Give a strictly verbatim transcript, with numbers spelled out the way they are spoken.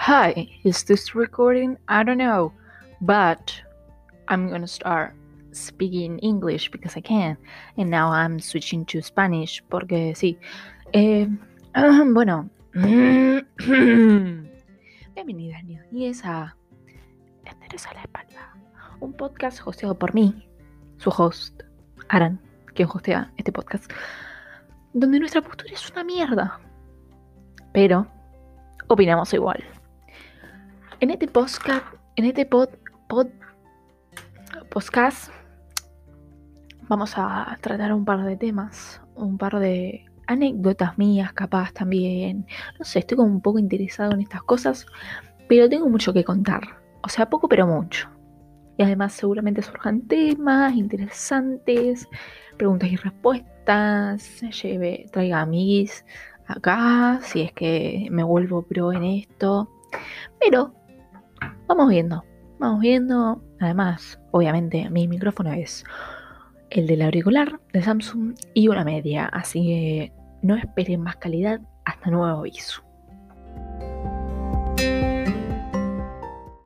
Hi, is this recording? I don't know, but I'm gonna start speaking English because I can, and now I'm switching to Spanish porque sí. Eh, bueno, bienvenidas niñas a Endereza la Espalda, un podcast hosteado por mí, su host, Aran, quien hostea este podcast, donde nuestra postura es una mierda, pero opinamos igual. En este podcast, en este pod, pod, podcast, vamos a tratar un par de temas, un par de anécdotas mías, capaz también. No sé, estoy como un poco interesado en estas cosas, pero tengo mucho que contar. O sea, poco pero mucho. Y además seguramente surjan temas interesantes, preguntas y respuestas. Lleve, traiga amiguis acá, si es que me vuelvo pro en esto. Pero vamos viendo, vamos viendo. Además, obviamente, mi micrófono es el del auricular de Samsung y una media, así que no esperen más calidad hasta nuevo aviso.